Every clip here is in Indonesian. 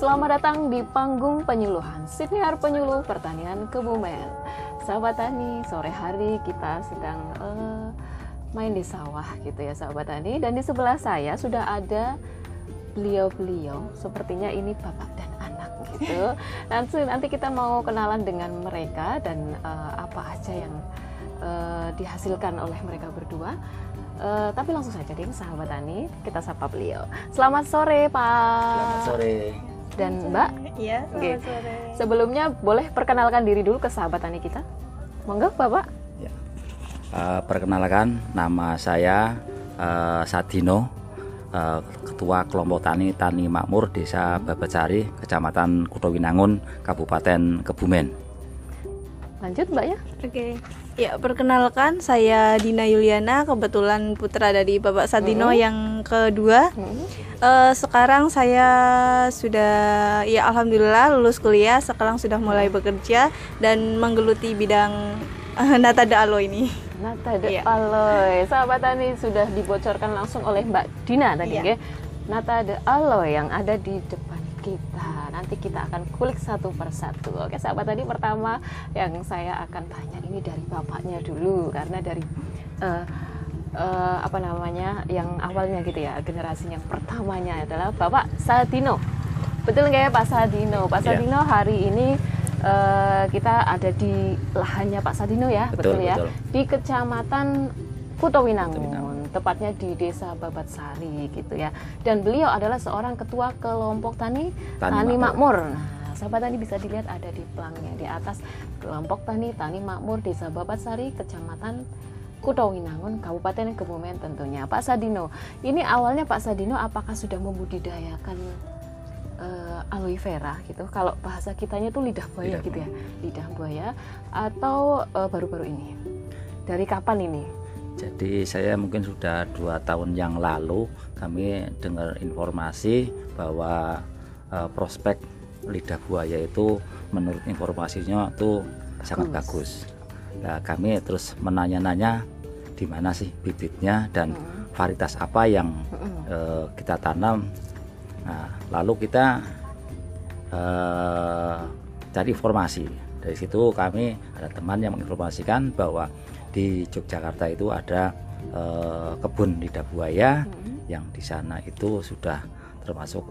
Selamat datang di panggung penyuluhan Siniar Penyuluh Pertanian Kebumen. Sahabat Tani, sore hari kita sedang main di sawah gitu ya sahabat Tani. Dan di sebelah saya sudah ada beliau-beliau, sepertinya ini bapak dan anak gitu. Nanti kita mau kenalan dengan mereka dan apa aja yang dihasilkan oleh mereka berdua. Tapi langsung saja deh sahabat Tani, kita sapa beliau. Selamat sore Pak. Selamat sore. Dan Mbak. Iya, selamat sore. Sebelumnya boleh perkenalkan diri dulu ke sahabat Tani kita. Monggo Bapak. Ya. Perkenalkan, nama saya Sadino, Ketua Kelompok Tani Makmur Desa Babasari, Kecamatan Kutowinangun, Kabupaten Kebumen. Lanjut Mbak ya. Oke. Ya, perkenalkan saya Dina Yuliana, kebetulan putra dari Bapak Sadino yang kedua. Sekarang saya sudah ya alhamdulillah lulus kuliah, sekarang sudah mulai bekerja dan menggeluti bidang nata de aloe ini. Nata de aloe. Sahabat Tani sudah dibocorkan langsung oleh Mbak Dina tadi ya. Nata de aloe yang ada di depan kita. Nanti kita akan kulik satu persatu. Oke sahabat Tani, pertama yang saya akan tanya ini dari bapaknya dulu, karena dari apa namanya yang awalnya gitu ya, generasi yang pertamanya adalah Bapak Sadino. Betul nggak ya Pak Sadino? Pak Sadino hari ini kita ada di lahannya Pak Sadino ya, betul ya, di Kecamatan Kutowinangun, tepatnya di Desa Babasari gitu ya. Dan beliau adalah seorang ketua kelompok Tani Makmur. Nah, sahabat Tani bisa dilihat ada di pelangnya di atas, kelompok Tani Makmur Desa Babasari, Kecamatan Kutowinangun, Kabupaten Kebumen tentunya. Pak Sadino, ini awalnya Pak Sadino apakah sudah membudidayakan aloe vera gitu? Kalau bahasa kitanya tuh lidah buaya gitu ya, lidah buaya, atau baru-baru ini? Dari kapan ini? Jadi saya mungkin sudah 2 tahun yang lalu kami dengar informasi bahwa prospek lidah buaya itu menurut informasinya itu sangat bagus. Nah, kami terus menanya-nanya di mana sih bibitnya dan varietas apa yang kita tanam. Nah, lalu kita cari informasi. Dari situ kami ada teman yang menginformasikan bahwa di Yogyakarta itu ada kebun lidah buaya yang di sana itu sudah termasuk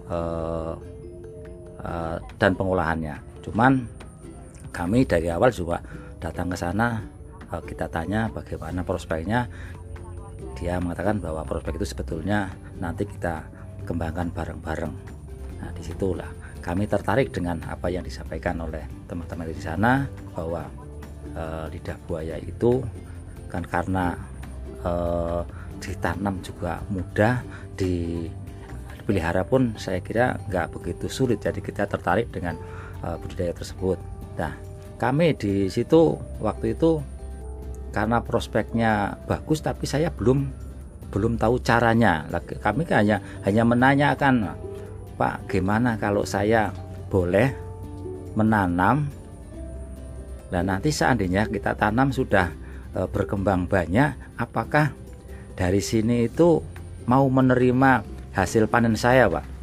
dan pengolahannya. Cuman kami dari awal juga datang ke sana, kita tanya bagaimana prospeknya. Dia mengatakan bahwa prospek itu sebetulnya nanti kita kembangkan bareng-bareng. Nah, disitulah kami tertarik dengan apa yang disampaikan oleh teman-teman di sana, bahwa lidah buaya itu kan karena ditanam juga mudah, dipelihara pun saya kira nggak begitu sulit. Jadi kita tertarik dengan budidaya tersebut. Nah, kami di situ waktu itu karena prospeknya bagus, tapi saya belum tahu caranya. Kami kan hanya menanyakan, Pak, gimana kalau saya boleh menanam? Nah, nanti seandainya kita tanam sudah berkembang banyak, apakah dari sini itu mau menerima hasil panen saya, Pak?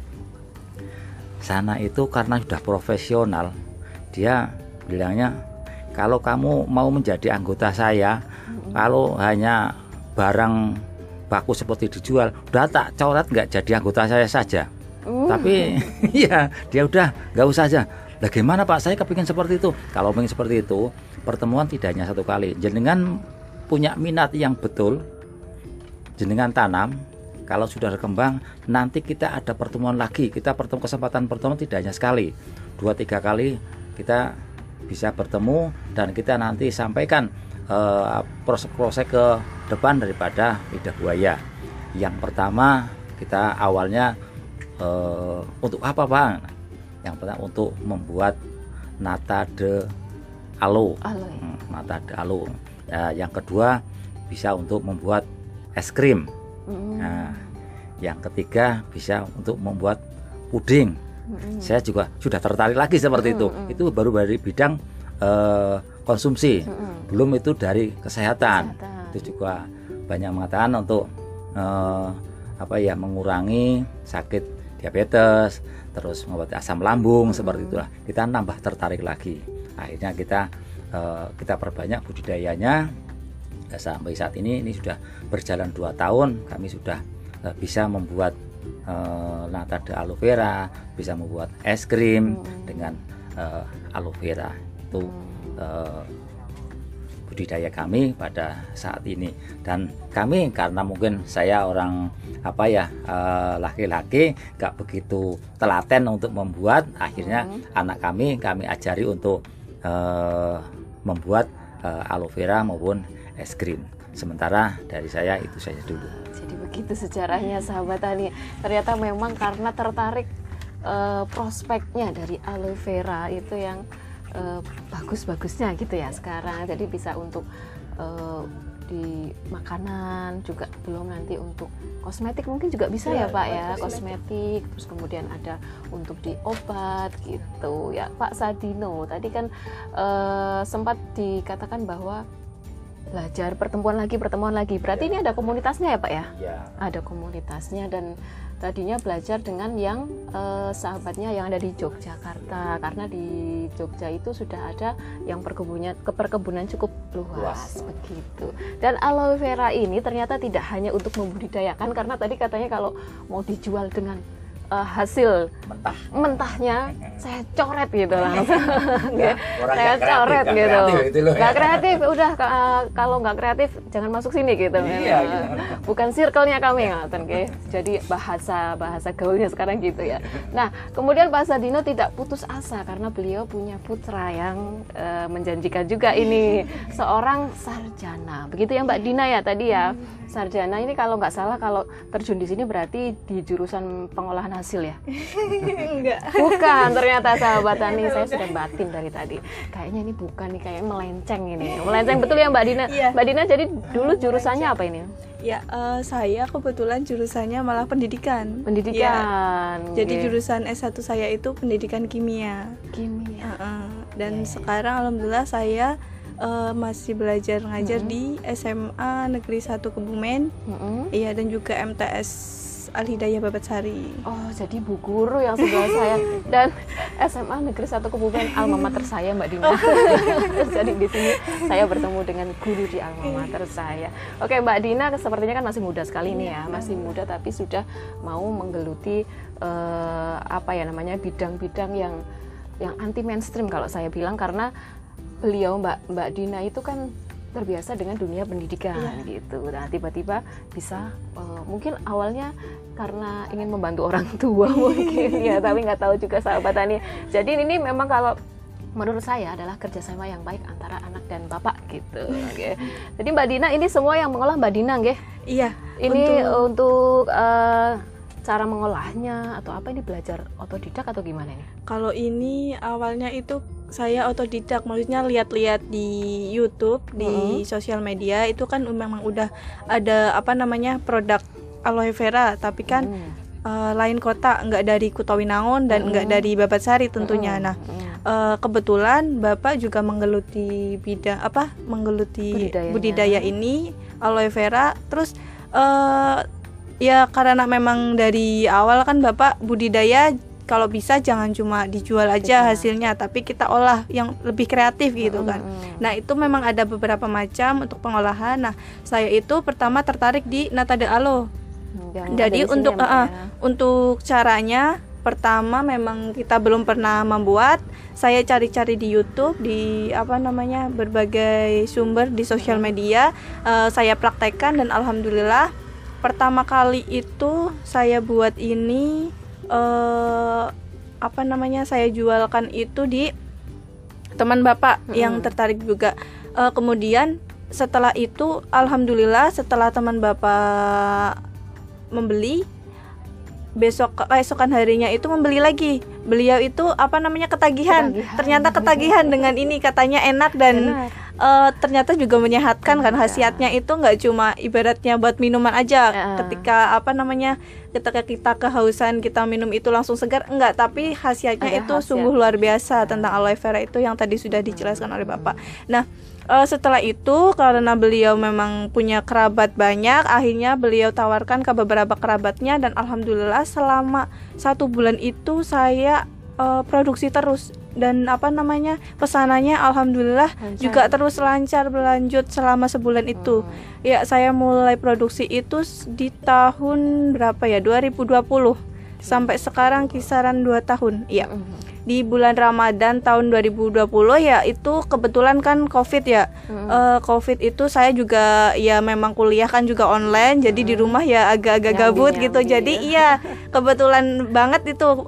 Sana itu karena sudah profesional, dia bilangnya, kalau kamu mau menjadi anggota saya, kalau hanya barang baku seperti dijual, udah tak coret nggak jadi anggota saya saja. Tapi ya dia udah nggak usah aja. Nah, gimana Pak, saya kepingin seperti itu. Kalau ingin seperti itu, pertemuan tidak hanya satu kali. Jenengan punya minat yang betul, jenengan tanam. Kalau sudah berkembang, nanti kita ada pertemuan lagi. Kita kesempatan pertemuan tidak hanya sekali, 2-3 kali kita bisa bertemu, dan kita nanti sampaikan proses ke depan daripada lidah buaya. Yang pertama, kita awalnya untuk apa Pak? Yang pertama untuk membuat nata de aloe. Nata de aloe. Yang kedua bisa untuk membuat es krim. Nah, yang ketiga bisa untuk membuat puding. Saya juga sudah tertarik lagi seperti itu. Itu baru dari bidang konsumsi, belum itu dari kesehatan. Itu juga banyak mengatakan untuk mengurangi sakit diabetes, terus mengobati asam lambung, seperti itulah. Kita nambah tertarik lagi. Akhirnya kita perbanyak budidayanya. Sampai saat ini sudah berjalan 2 tahun, kami sudah bisa membuat nata de aloe vera, bisa membuat es krim dengan aloe vera. Itu budidaya kami pada saat ini. Dan kami, karena mungkin saya orang laki-laki, gak begitu telaten untuk membuat, akhirnya anak kami ajari untuk membuat aloe vera maupun es krim. Sementara dari saya itu saja dulu. Jadi begitu sejarahnya sahabat tani. Ternyata memang karena tertarik prospeknya dari aloe vera itu yang bagus-bagusnya gitu ya sekarang. Jadi bisa untuk di makanan juga, belum nanti untuk kosmetik mungkin juga bisa ya Pak ya, kosmetik, terus kemudian ada untuk di obat gitu ya Pak Sadino. Tadi kan sempat dikatakan bahwa belajar pertemuan lagi. Berarti ini ada komunitasnya ya Pak ya? Ya. Ada komunitasnya, dan tadinya belajar dengan yang sahabatnya yang ada di Yogyakarta, karena di Jogja itu sudah ada yang perkebunan cukup luas begitu. Dan aloe vera ini ternyata tidak hanya untuk membudidayakan, karena tadi katanya kalau mau dijual dengan hasil mentahnya saya coret gitu langsung. Saya coret gitu. Nggak kreatif, udah kalau nggak kreatif jangan masuk sini gitu. Bukan circle-nya kami ngaten nggih. Jadi bahasa gaulnya sekarang gitu ya. Nah, kemudian Pak Sadino tidak putus asa karena beliau punya putra yang menjanjikan juga ini, seorang sarjana. Begitu ya Mbak Dina ya tadi ya. Sarjana ini kalau nggak salah, kalau terjun di sini berarti di jurusan pengolahan hasil ya? Enggak. Bukan, ternyata sahabat tani, saya sudah batin dari tadi. Kayaknya ini bukan nih, kayaknya melenceng ini. Melenceng betul ya Mbak Dina? Iya. Mbak Dina jadi dulu jurusannya apa ini? Ya, saya kebetulan jurusannya malah pendidikan. Pendidikan. Ya, jadi jurusan S1 saya itu pendidikan kimia. Kimia. Dan sekarang alhamdulillah saya masih belajar ngajar di SMA Negeri 1 Kebumen. Iya, dan juga MTS Al-Hidayah Babatsari. Oh, jadi Bu Guru yang sebelah saya, dan SMA Negeri 1 Kebumen alma mater saya Mbak Dina. Jadi di sini saya bertemu dengan guru di alma mater saya. Oke, Mbak Dina sepertinya kan masih muda sekali nih ya, masih muda tapi sudah mau menggeluti bidang-bidang yang anti mainstream kalau saya bilang, karena beliau Mbak Dina itu kan terbiasa dengan dunia pendidikan gitu. Nah, tiba-tiba bisa mungkin awalnya karena ingin membantu orang tua mungkin ya, tapi nggak tahu juga sahabat tani. Jadi ini memang kalau menurut saya adalah kerjasama yang baik antara anak dan bapak gitu. Okay. Jadi Mbak Dina ini semua yang mengolah Mbak Dina nggih? Iya. Ini untuk cara mengolahnya atau apa, ini belajar otodidak atau gimana nih? Kalau ini awalnya itu saya otodidak, maksudnya lihat-lihat di YouTube, di sosial media itu kan memang udah ada produk aloe vera, tapi kan lain kota, nggak dari Kutawinangun dan nggak dari Babatsari tentunya. Nah, kebetulan Bapak juga menggeluti budidaya ini aloe vera, terus ya karena memang dari awal kan Bapak budidaya, kalau bisa jangan cuma dijual aja hasilnya, tapi kita olah yang lebih kreatif gitu kan. Nah, itu memang ada beberapa macam untuk pengolahan. Nah, saya itu pertama tertarik di nata de aloe. Jadi untuk caranya, pertama memang kita belum pernah membuat. Saya cari-cari di YouTube, di berbagai sumber di sosial media. Saya praktekkan dan alhamdulillah pertama kali itu saya buat ini saya jualkan itu di teman Bapak yang tertarik juga. Kemudian setelah itu alhamdulillah setelah teman Bapak membeli, esokan harinya itu membeli lagi. Beliau itu ketagihan. Ternyata ketagihan dengan ini, katanya enak dan ternyata juga menyehatkan kan. Khasiatnya itu nggak cuma ibaratnya buat minuman aja. Ketika ketika kita kehausan kita minum itu langsung segar, enggak, tapi khasiatnya itu sungguh luar biasa tentang aloe vera itu yang tadi sudah dijelaskan oleh Bapak. Nah, Setelah itu karena beliau memang punya kerabat banyak, akhirnya beliau tawarkan ke beberapa kerabatnya, dan alhamdulillah selama 1 bulan itu saya produksi terus, dan pesanannya alhamdulillah Lancar. juga terus lancar berlanjut selama sebulan itu. Ya, saya mulai produksi itu di tahun berapa ya, 2020 sampai sekarang kisaran 2 tahun. Ya, di bulan Ramadan tahun 2020 ya, itu kebetulan kan COVID ya. COVID itu saya juga ya memang kuliah kan juga online, jadi di rumah ya agak-agak gabut gitu. Jadi iya, kebetulan banget itu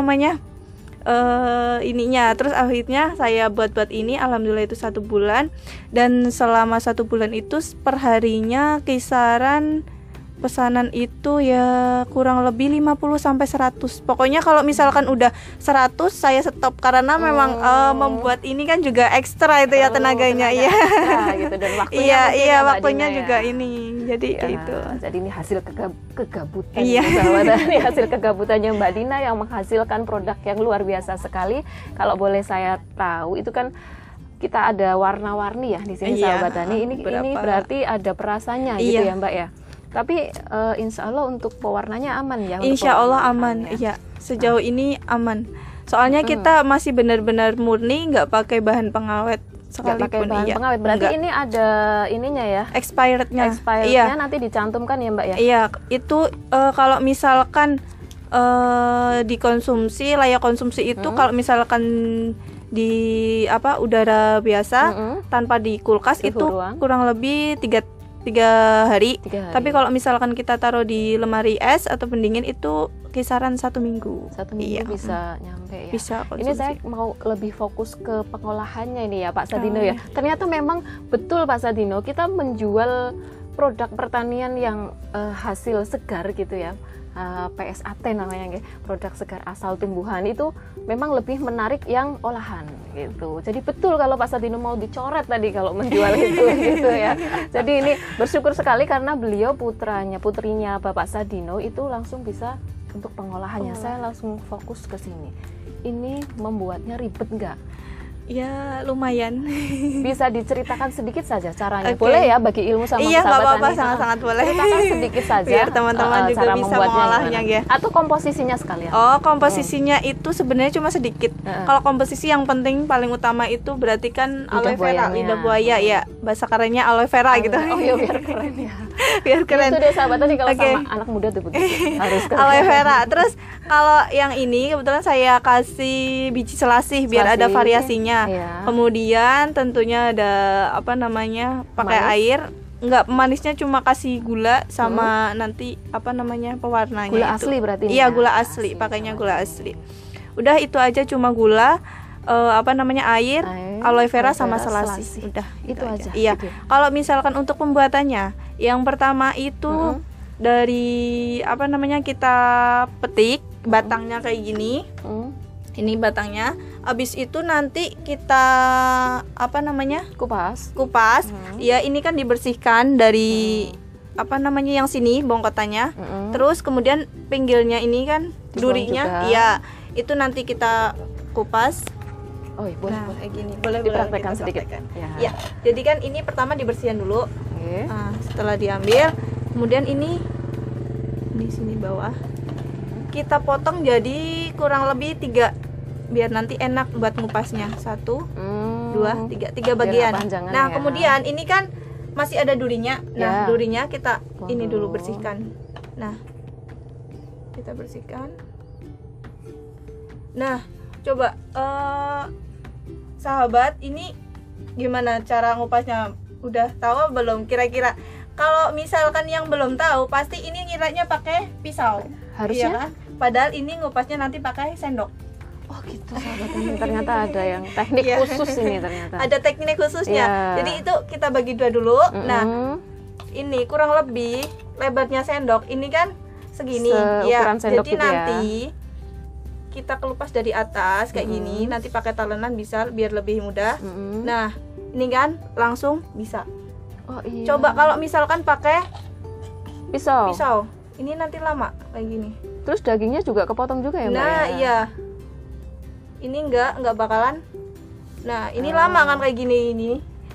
ininya. Terus akhirnya saya buat ini, alhamdulillah itu 1 bulan, dan selama 1 bulan itu perharinya kisaran pesanan itu ya kurang lebih 50 sampai 100. Pokoknya kalau misalkan udah 100 saya stop, karena memang membuat ini kan juga ekstra itu ya tenaganya ya. Gitu, dan waktunya iya waktunya juga ini. Jadi gitu. Jadi ini hasil kegabutan. Iya. Ini hasil kegabutannya Mbak Dina yang menghasilkan produk yang luar biasa sekali. Kalau boleh saya tahu, itu kan kita ada warna-warni ya di sini, sahabat Tani. Ini berarti ada perasanya gitu ya Mbak ya. Tapi insya Allah untuk pewarnanya aman ya? Insya Allah aman, ya. Sejauh ini aman. Soalnya kita masih benar-benar murni, nggak pakai bahan pengawet sekalipun. Bahan pengawet. Berarti ini ada ininya ya? Expirednya. Expirednya nanti dicantumkan ya Mbak ya? Iya, itu kalau misalkan dikonsumsi, layak konsumsi itu kalau misalkan di udara biasa tanpa di kulkas itu kurang lebih 3 hari. Tapi kalau misalkan kita taruh di lemari es atau pendingin itu kisaran 1 minggu. 1 minggu bisa nyampe ya. Bisa konsumsi. Ini saya mau lebih fokus ke pengolahannya ini ya Pak Sadino ya. Ternyata memang betul Pak Sadino, kita menjual produk pertanian yang hasil segar gitu ya. PSAT namanya, produk segar asal tumbuhan, itu memang lebih menarik yang olahan gitu. Jadi betul kalau Pak Sadino mau dicoret tadi kalau menjual itu gitu ya. Jadi ini bersyukur sekali karena beliau putrinya Bapak Sadino itu langsung bisa untuk pengolahannya. Saya langsung fokus ke sini. Ini membuatnya ribet nggak? Ya lumayan. Bisa diceritakan sedikit saja caranya. Boleh ya bagi ilmu sama sahabat apa-apa, sangat-sangat boleh. Ceritakan sedikit saja biar teman-teman juga cara bisa mengolahnya ya. Atau komposisinya sekalian. Komposisinya itu sebenarnya cuma sedikit. Kalau komposisi yang penting paling utama itu berarti kan aloe vera, lidah buaya ya. Bahasa kerennya aloe vera gitu. Oh iya, biar keren ya. Biar keren. Itu deh sahabat tadi kalau sama anak muda tuh begitu. Harus keren. Aloe vera. Terus kalau yang ini kebetulan saya kasih biji selasih biar ada variasinya. Iya. Kemudian tentunya ada pakai air. Enggak, manisnya cuma kasih gula sama nanti pewarnanya. Gula itu. Asli berarti. Iya, gula asli, pakainya gula asli. Udah itu aja, cuma gula, air, aloe vera sama selasih. Udah, itu aja. Iya. Gitu. Kalau misalkan untuk pembuatannya, yang pertama itu dari kita petik batangnya kayak gini. Ini batangnya. Abis itu nanti kita kupas. Ya, ini kan dibersihkan dari yang sini bongkotannya. Terus kemudian pinggirnya ini kan durinya, ya itu nanti kita kupas. Oh iya, boleh, kayak gini. Boleh dipraktekkan sedikit. Ya, jadi kan ini pertama dibersihkan dulu. Nah, setelah diambil, kemudian ini di sini bawah kita potong jadi kurang lebih 3, biar nanti enak buat ngupasnya. 1, 2, 3 bagian. Nah, kemudian ini kan masih ada durinya. Nah, durinya kita ini dulu bersihkan. Nah, kita bersihkan. Nah, coba sahabat, ini gimana cara ngupasnya? Udah tahu belum kira-kira? Kalau misalkan yang belum tahu, pasti ini ngiranya pakai pisau. Harusnya iya kan? Padahal ini ngupasnya nanti pakai sendok. Oh gitu sahabat, ini ternyata ada yang teknik khusus ini ternyata. Ada teknik khususnya. Jadi itu kita bagi 2 dulu. Nah, ini kurang lebih lebarnya sendok. Ini kan segini. Jadi gitu nanti kita kelupas dari atas kayak gini. Nanti pakai talenan bisa biar lebih mudah. Nah, ini kan langsung bisa. Oh iya. Coba kalau misalkan pakai pisau. Ini nanti lama kayak gini. Terus dagingnya juga kepotong juga ya Mbak? Nah, iya. Ini enggak bakalan. Nah, ini lama kan kayak gini ini.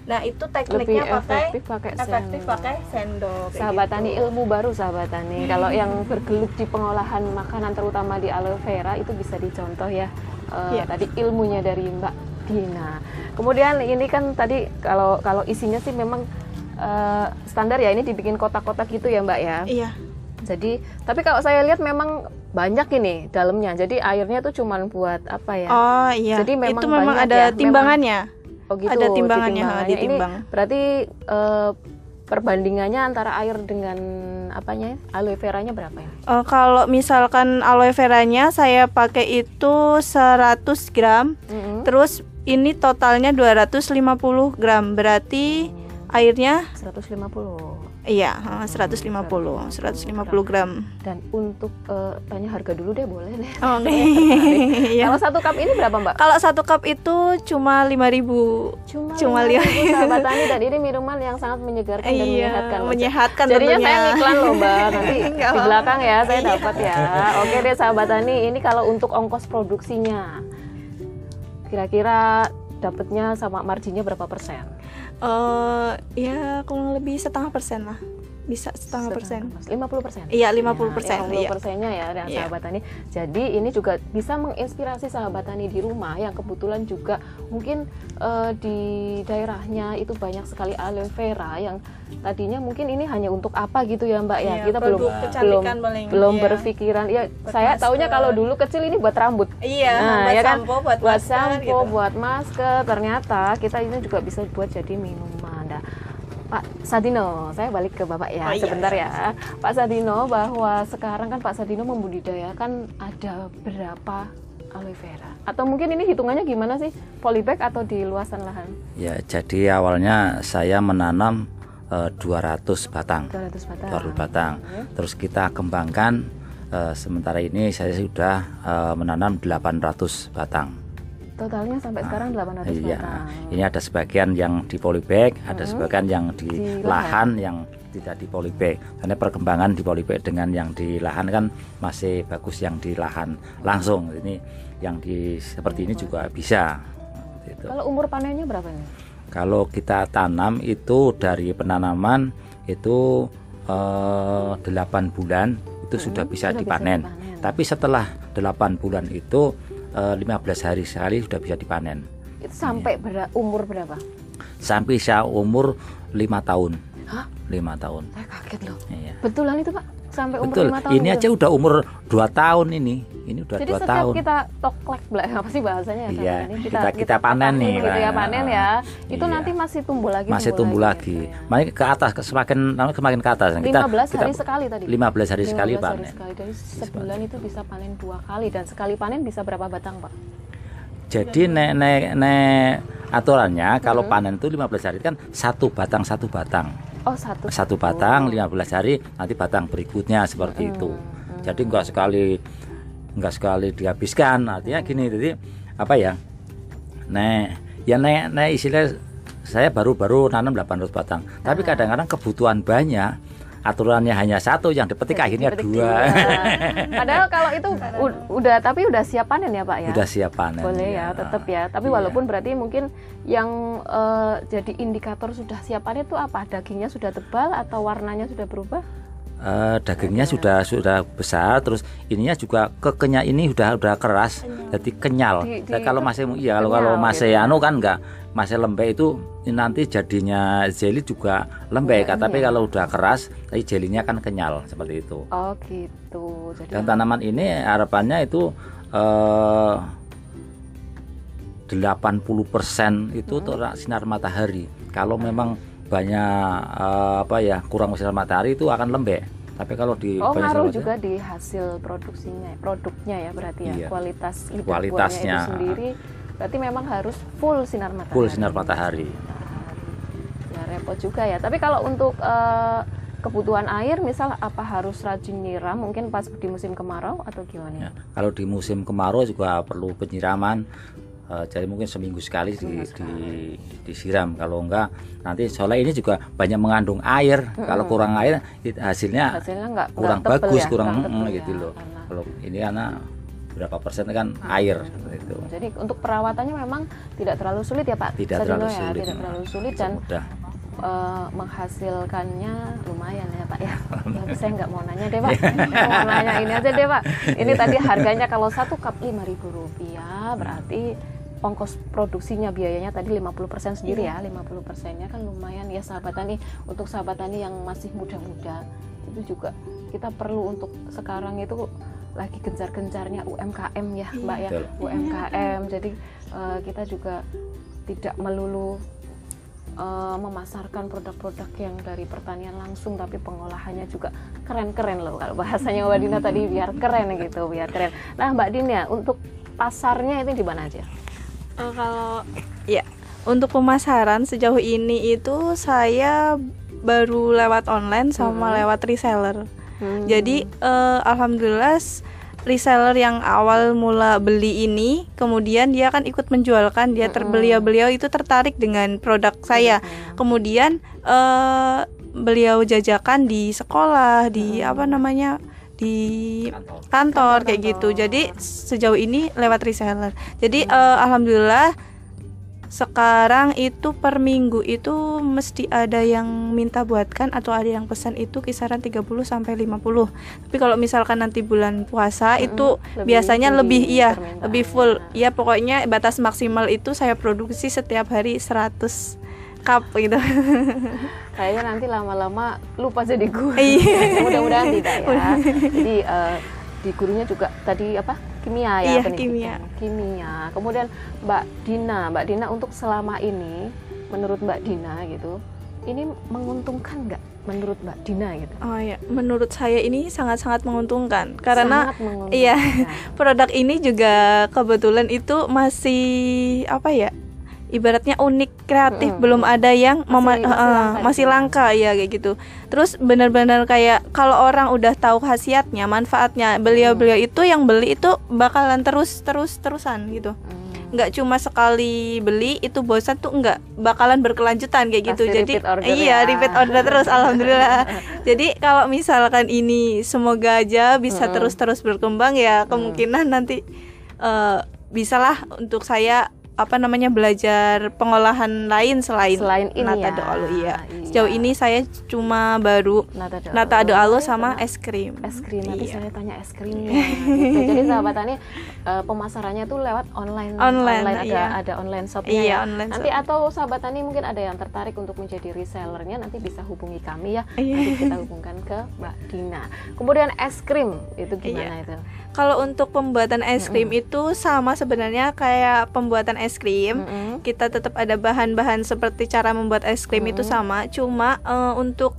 Nah, itu Lebih tekniknya efektif pakai sendok. kayak Sahabat gitu. Tani, ilmu baru sahabat Tani. Kalau yang bergelut di pengolahan makanan terutama di aloe vera itu bisa dicontoh ya. Iya. Tadi ilmunya dari Mbak Dina. Kemudian ini kan tadi kalau isinya sih memang standar ya, ini dibikin kotak-kotak gitu ya Mbak ya. Iya. Jadi tapi kalau saya lihat memang banyak ini dalamnya. Jadi airnya tuh cuman buat apa ya? Oh iya. Jadi memang itu memang banyak ada ya, timbangannya. Oh gitu, Ada timbangannya, ditimbangannya. ditimbang. Ini berarti perbandingannya antara air dengan apanya? Aloe veranya berapa ya? Kalau misalkan aloe veranya saya pakai itu 100 gram. Terus ini totalnya 250 gram. Berarti airnya 150. iya, 150 gram. Dan untuk tanya harga dulu deh, boleh deh. Oke. Iya. Kalau 1 cup ini berapa Mbak? Kalau 1 cup itu cuma 5.000. Cuma 5.000 sahabat Tani, dan ini minuman yang sangat menyegarkan dan menyehatkan. loh. menyehatkan Jadinya tentunya. saya ngiklan loh Mbak, nanti Nggak di apa-apa. belakang ya saya dapat ya. Oke deh sahabat Tani, ini kalau untuk ongkos produksinya kira-kira dapatnya sama marginnya berapa persen? Ya kurang lebih 0,5% lah. Bisa 0,5%. 50%. Iya, 50%. Ya, 50 Iya. persennya ya dari Iya. sahabat Tani. Jadi ini juga bisa menginspirasi sahabat Tani di rumah yang kebetulan juga mungkin di daerahnya itu banyak sekali aloe vera yang tadinya mungkin ini hanya untuk apa gitu ya Mbak ya. Iya, Kita belum produk kecantikan belum iya. berpikiran. Ya saya masker. taunya kalau dulu kecil ini buat rambut. Iya, Nah, buat ya kan? sampo, buat masker, sampo, gitu. buat masker. Ternyata kita ini juga bisa buat jadi minuman. Nah, Pak Sadino, saya balik ke Bapak ya, Oh, iya. sebentar ya. Pak Sadino, bahwa sekarang kan Pak Sadino membudidayakan ada berapa aloe vera? Atau mungkin ini hitungannya gimana sih? Polybag atau di luasan lahan? Ya, jadi awalnya saya menanam 200 batang. 200 batang. 200 batang. Terus kita kembangkan, sementara ini saya sudah menanam 800 batang. Totalnya sampai sekarang 800 Iya, batang. ini ada sebagian yang di polybag, ada sebagian yang di Di lahan yang tidak di polybag. Karena perkembangan di polybag dengan yang di lahan kan masih bagus yang di lahan langsung. Ini yang di seperti ini juga bisa. Gitu. Kalau umur panennya berapa nih? Kalau kita tanam itu dari penanaman itu 8 bulan itu sudah bisa sudah bisa dipanen. dipanen. Tapi setelah 8 bulan itu 15 hari sekali sudah bisa dipanen. Itu sampai umur berapa? Sampai saya umur 5 tahun. Hah? 5 tahun. Saya kaget loh. Iya. Betulan itu Pak? Sampai umur Betul. 5 tahun? Ini gitu? aja udah umur 2 tahun ini. Ini udah Jadi 2 setiap tahun. kita toklek apa sih bahasanya ya? Iya, Ini kita panen nih, gitu ya, Pak. panen ya. Itu Iya. nanti masih tumbuh lagi. Masih tumbuh lagi. gitu ya. Makanya ke atas semakin ke atas. 15 hari sekali tadi. 15 hari sekali 15 hari panen. sekali. Dari sebulan itu bisa panen 2 kali, dan sekali panen bisa berapa batang Pak? Jadi nek aturannya kalau panen itu 15 hari kan satu batang. Oh, Satu batang 15 hari, nanti batang berikutnya seperti itu. Jadi enggak sekali dihabiskan. Artinya gini, jadi apa ya? Nek istilah saya baru nanam 800 batang. Tapi kadang-kadang kebutuhan banyak. Aturannya hanya satu, yang dipetik akhirnya Dipetik 2. Padahal kalau itu udah siap panen ya Pak ya? Udah siap panen. Boleh ya, iya. tetap ya. Tapi Iya. walaupun berarti mungkin yang jadi indikator sudah siap panen itu apa? Dagingnya sudah tebal atau warnanya sudah berubah? Dagingnya sudah besar, terus ininya juga kekenya ini udah keras, jadi kenyal. Kalau masih kalau masih gitu. kan enggak, masih lembek itu nanti jadinya jelly juga lembek. Tapi kalau udah keras, tapi jelinya kan kenyal seperti itu. Oh gitu. Jadi Dan tanaman ini harapannya itu 80% itu sinar matahari. Kalau memang banyak kurang sinar matahari itu akan lembek. Tapi kalau di banyak sinar ngaruh matahari- juga di hasil produknya ya berarti ya. Iya. Kualitasnya Kualitasnya. itu sendiri berarti memang harus full sinar matahari. Full sinar matahari. Ya repot juga ya. Tapi kalau untuk kebutuhan air, misal apa harus rajin nyiram mungkin pas di musim kemarau atau gimana? Ya, kalau di musim kemarau juga perlu penyiraman. Jadi mungkin seminggu sekali disiram. Kalau enggak nanti soalnya ini juga banyak mengandung air. Kalau kurang air hasilnya Hasilnya nggak kurang tebel bagus, ya, kurang nggak tebel gitu ya, loh. karena- Kalau ini karena beberapa persen kan air itu. Jadi untuk perawatannya memang tidak terlalu sulit ya Pak Tidak Sadino terlalu ya, sulit, tidak terlalu sulit dan mudah. Menghasilkannya lumayan ya Pak ya. Ya saya nggak mau nanya deh Pak, mau nanya ini aja deh Pak. Ini tadi harganya kalau 1 cup Rp5.000, berarti ongkos produksinya biayanya tadi 50% sendiri ya, 50%-nya kan lumayan ya sahabat tani. Untuk sahabat tani yang masih muda-muda itu juga kita perlu untuk sekarang itu lagi gencar-gencarnya UMKM ya Mbak ya, Betul. UMKM. Jadi kita juga tidak melulu memasarkan produk-produk yang dari pertanian langsung, tapi pengolahannya juga keren-keren loh kalau bahasanya Mbak Dina tadi, biar keren gitu, biar keren. Nah Mbak Dina, untuk pasarnya itu di mana aja? Kalau ya untuk pemasaran sejauh ini itu saya baru lewat online sama lewat reseller. Jadi alhamdulillah reseller yang awal mula beli ini, kemudian dia kan ikut menjualkan, dia beliau itu tertarik dengan produk saya. Kemudian beliau jajakan di sekolah, di apa namanya, di kantor kayak gitu. Jadi sejauh ini lewat reseller. Jadi alhamdulillah sekarang itu per minggu itu mesti ada yang minta buatkan atau ada yang pesan itu kisaran 30 sampai 50. Tapi kalau misalkan nanti bulan puasa itu biasanya lebih lebih full. Ya pokoknya batas maksimal itu saya produksi setiap hari 100 cup gitu. Kayaknya nanti lama-lama lupa jadi guru. Mudah-mudahan tidak ya. Jadi di gurunya juga tadi apa? Kimia ya, kimia. Kemudian Mbak Dina untuk selama ini menurut Mbak Dina gitu, ini menguntungkan nggak menurut Mbak Dina gitu? Oh ya, menurut saya ini sangat-sangat menguntungkan karena Sangat menguntungkan. Iya, produk ini juga kebetulan itu masih apa ya? Ibaratnya unik, kreatif, belum ada yang masih langka ya kayak gitu. Terus benar-benar kayak kalau orang udah tahu khasiatnya, manfaatnya, beliau itu yang beli itu bakalan terusan gitu. Nggak cuma sekali beli itu bosan tuh, nggak, bakalan berkelanjutan kayak gitu. Pasti Jadi repeat order terus alhamdulillah. Jadi kalau misalkan ini semoga aja bisa terus berkembang ya, kemungkinan nanti bisalah untuk saya belajar pengolahan lain selain ini nata ya. de alo. Iya. Sejauh ini saya cuma baru nata de alo sama es krim. Nanti saya tanya es krimnya gitu. Jadi sahabat tani pemasarannya tuh lewat online ada online shopnya ya. Online nanti shop. Atau sahabat tani mungkin ada yang tertarik untuk menjadi resellernya, nanti bisa hubungi kami ya. Nanti kita hubungkan ke Mbak Dina. Kemudian es krim itu gimana itu? Kalau untuk pembuatan es krim itu sama sebenarnya kayak pembuatan es krim. Kita tetap ada bahan-bahan seperti cara membuat es krim itu sama, cuma untuk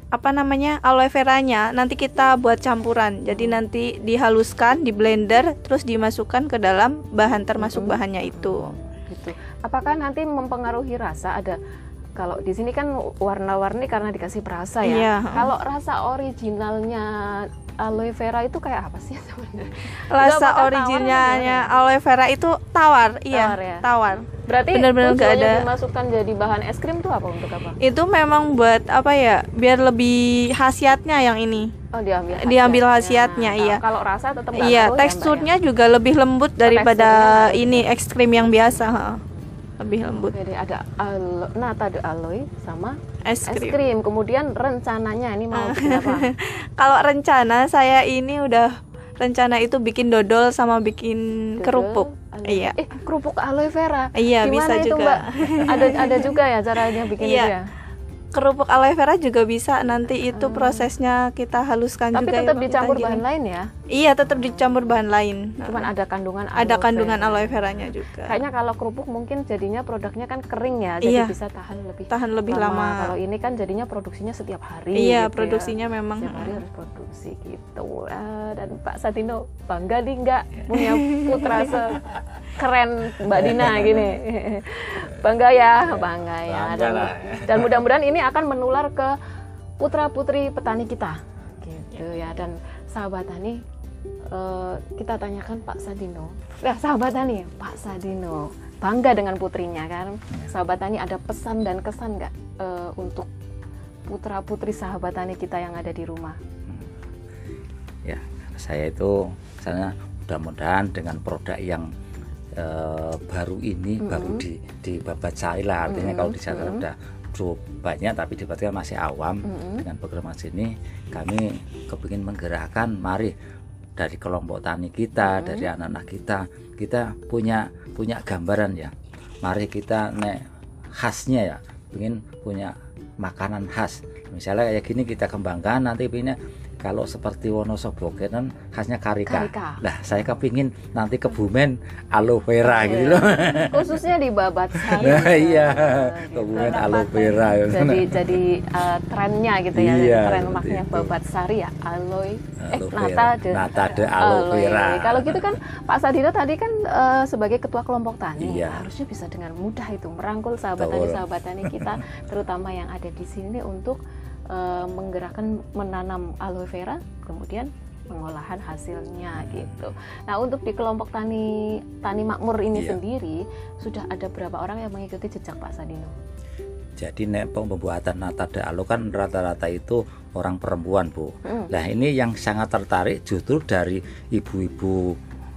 aloe veranya nanti kita buat campuran. Jadi nanti dihaluskan, di blender, terus dimasukkan ke dalam bahan termasuk bahannya itu. Gitu. Apakah nanti mempengaruhi rasa? Ada, kalau di sini kan warna-warni karena dikasih perasa ya. Iya. Kalau rasa originalnya aloe vera itu kayak apa sih sebenarnya? Rasa originalnya aloe vera itu tawar, tawar. Berarti benar-benar nggak ada. Dimasukkan jadi bahan es krim tuh apa, untuk apa? Itu memang buat biar lebih khasiatnya yang ini. Oh, diambil khasiatnya, iya. Kalau rasa tetap nggak Iya, tahu teksturnya ya, juga lebih lembut daripada ini es krim yang biasa. Lebih lembut. Jadi ada nata de aloe sama es krim. Kemudian rencananya ini mau bikin apa? Kalau rencana saya ini rencana itu bikin dodol sama bikin kerupuk. Iya. Kerupuk aloe vera. Iya, gimana bisa itu, juga. Mbak? Ada juga ya caranya bikin itu ya? Kerupuk aloe vera juga bisa, nanti itu prosesnya kita haluskan. Tapi juga. Tapi tetap dicampur bahan lain ya? Iya, tetap dicampur bahan lain. Cuman ada kandungan aloe veranya juga. Kayaknya kalau kerupuk mungkin jadinya produknya kan kering ya, jadi bisa tahan lebih lama. Kalau ini kan jadinya produksinya setiap hari. Iya, gitu produksinya ya. memang setiap hari harus produksi gitu. Dan Pak Sadino bangga nih nggak punya putra keren Mbak Dina gini. Bangga ya. Dan mudah-mudahan ini akan menular ke putra-putri petani kita gitu ya. Dan sahabat tani, kita tanyakan Pak Sadino. Sahabat tani, Pak Sadino bangga dengan putrinya kan. Sahabat tani, ada pesan dan kesan nggak untuk putra-putri sahabat tani kita yang ada di rumah? Ya, saya itu misalnya mudah-mudahan dengan produk yang baru ini baru di Babat Sari lah, artinya kalau di sana udah cukup banyak tapi di Babat masih awam. Dengan program ini kami kepingin menggerakkan, mari dari kelompok tani kita, dari anak-anak kita punya gambaran ya, mari kita khasnya ya, ingin punya makanan khas misalnya kayak gini kita kembangkan, nanti punya kalau seperti Wonosobo kan khasnya karika. Nah, saya kepingin nanti Kebumen aloe vera gitu loh. Khususnya di Babat Sari. Nah, iya, Kebumen aloe vera. Jadi trennya gitu ya, iya, tren maknya Babat Sari ya, nata de aloe vera. Kalau gitu kan Pak Sadino tadi kan sebagai ketua kelompok tani, harusnya bisa dengan mudah itu merangkul sahabat tani kita, terutama yang ada di sini untuk menggerakkan menanam aloe vera, kemudian pengolahan hasilnya gitu. Nah, untuk di kelompok tani makmur ini sendiri sudah ada berapa orang yang mengikuti jejak Pak Sadino? Jadi pembuatan nata de aloe kan rata-rata itu orang perempuan, Bu. Nah, ini yang sangat tertarik justru dari ibu-ibu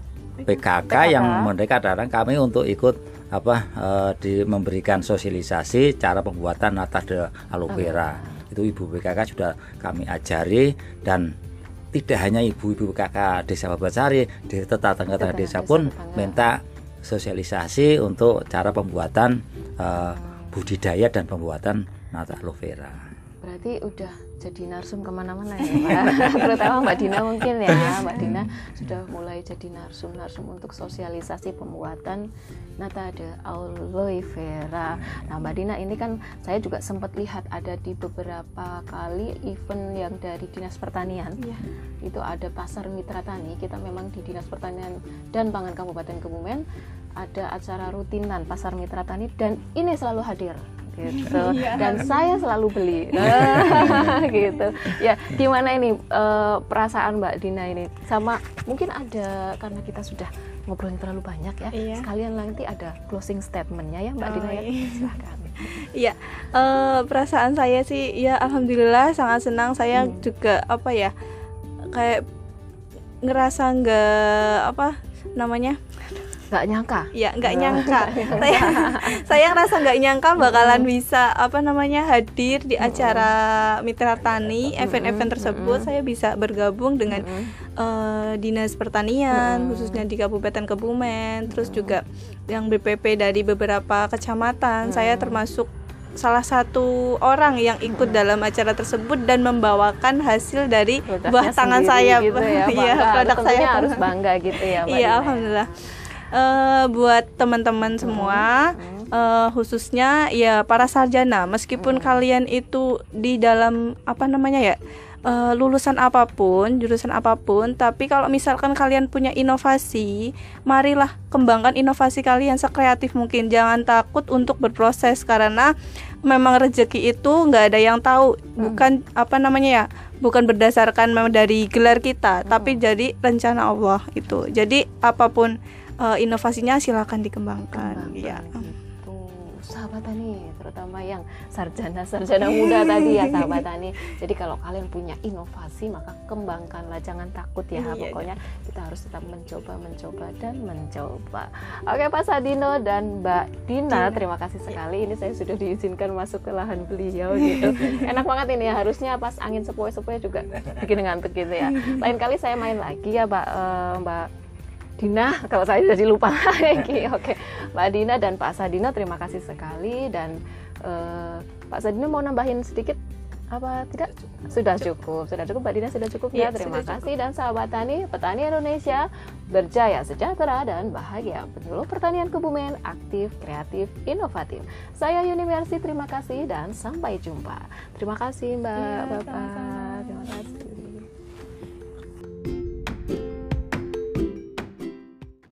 PKK yang mereka datang kami untuk ikut memberikan sosialisasi cara pembuatan nata de aloe vera. Itu ibu PKK sudah kami ajari, dan tidak hanya ibu-ibu PKK Desa Babat Sari, di tetangga desa pun minta sosialisasi untuk cara pembuatan budidaya dan pembuatan nata aloe vera. Berarti udah jadi narsum kemana-mana ya Pak. Terutama Mbak Dina mungkin ya, Mbak Dina sudah mulai jadi narsum untuk sosialisasi pembuatan nata de aloe vera. Nah, Mbak Dina ini kan saya juga sempat lihat ada di beberapa kali event yang dari Dinas Pertanian. Itu ada pasar mitra tani. Kita memang di Dinas Pertanian dan Pangan Kabupaten Kebumen ada acara rutinan pasar mitra tani, dan ini selalu hadir gitu. Dan saya selalu beli gitu ya. Gimana ini perasaan Mbak Dina ini, sama mungkin ada karena kita sudah ngobrolin terlalu banyak ya, sekalian nanti ada closing statementnya ya Mbak Dina ya, silakan. Iya, perasaan saya sih ya alhamdulillah sangat senang. Saya juga kayak ngerasa nggak nyangka. Ya, nggak nyangka. Saya ngerasa nggak nyangka bakalan bisa hadir di acara Mitra Tani, event-event tersebut. Saya bisa bergabung dengan Dinas Pertanian khususnya di Kabupaten Kebumen, terus juga yang BPP dari beberapa kecamatan. Saya termasuk salah satu orang yang ikut dalam acara tersebut dan membawakan hasil dari buah tangan saya gitu ya, produk saya harus bangga gitu ya Mbak. Iya, alhamdulillah. Buat teman-teman semua, khususnya ya para sarjana, meskipun kalian itu di dalam lulusan apapun, jurusan apapun, tapi kalau misalkan kalian punya inovasi, marilah kembangkan inovasi kalian sekreatif mungkin. Jangan takut untuk berproses, karena memang rezeki itu nggak ada yang tahu, bukan bukan berdasarkan memang dari gelar kita, tapi jadi rencana Allah itu. Jadi apapun inovasinya silakan dikembangkan. Ya. Sahabat tani, terutama yang sarjana muda tadi ya sahabat tani. Jadi kalau kalian punya inovasi, maka kembangkanlah, jangan takut ya. Pokoknya kita harus tetap mencoba dan mencoba. Oke Pak Sadino dan Mbak Dina, terima kasih sekali. Ini saya sudah diizinkan masuk ke lahan beliau gitu. Enak banget ini ya, harusnya pas angin sepoi-sepoi juga bikin ngantuk gitu ya. Lain kali saya main lagi ya Mbak Dina, kalau saya jadi lupa lagi. Oke, Mbak Dina dan Pak Sadino, terima kasih sekali. Dan Pak Sadino mau nambahin sedikit apa tidak? Sudah cukup Mbak Dina, sudah cukup ya. Terima kasih. Dan sahabat tani, petani Indonesia berjaya, sejahtera dan bahagia. Penyuluh pertanian Kebumen, aktif, kreatif, inovatif. Saya Yuni Mersi, terima kasih dan sampai jumpa. Terima kasih Mbak, Bapak. Terima kasih.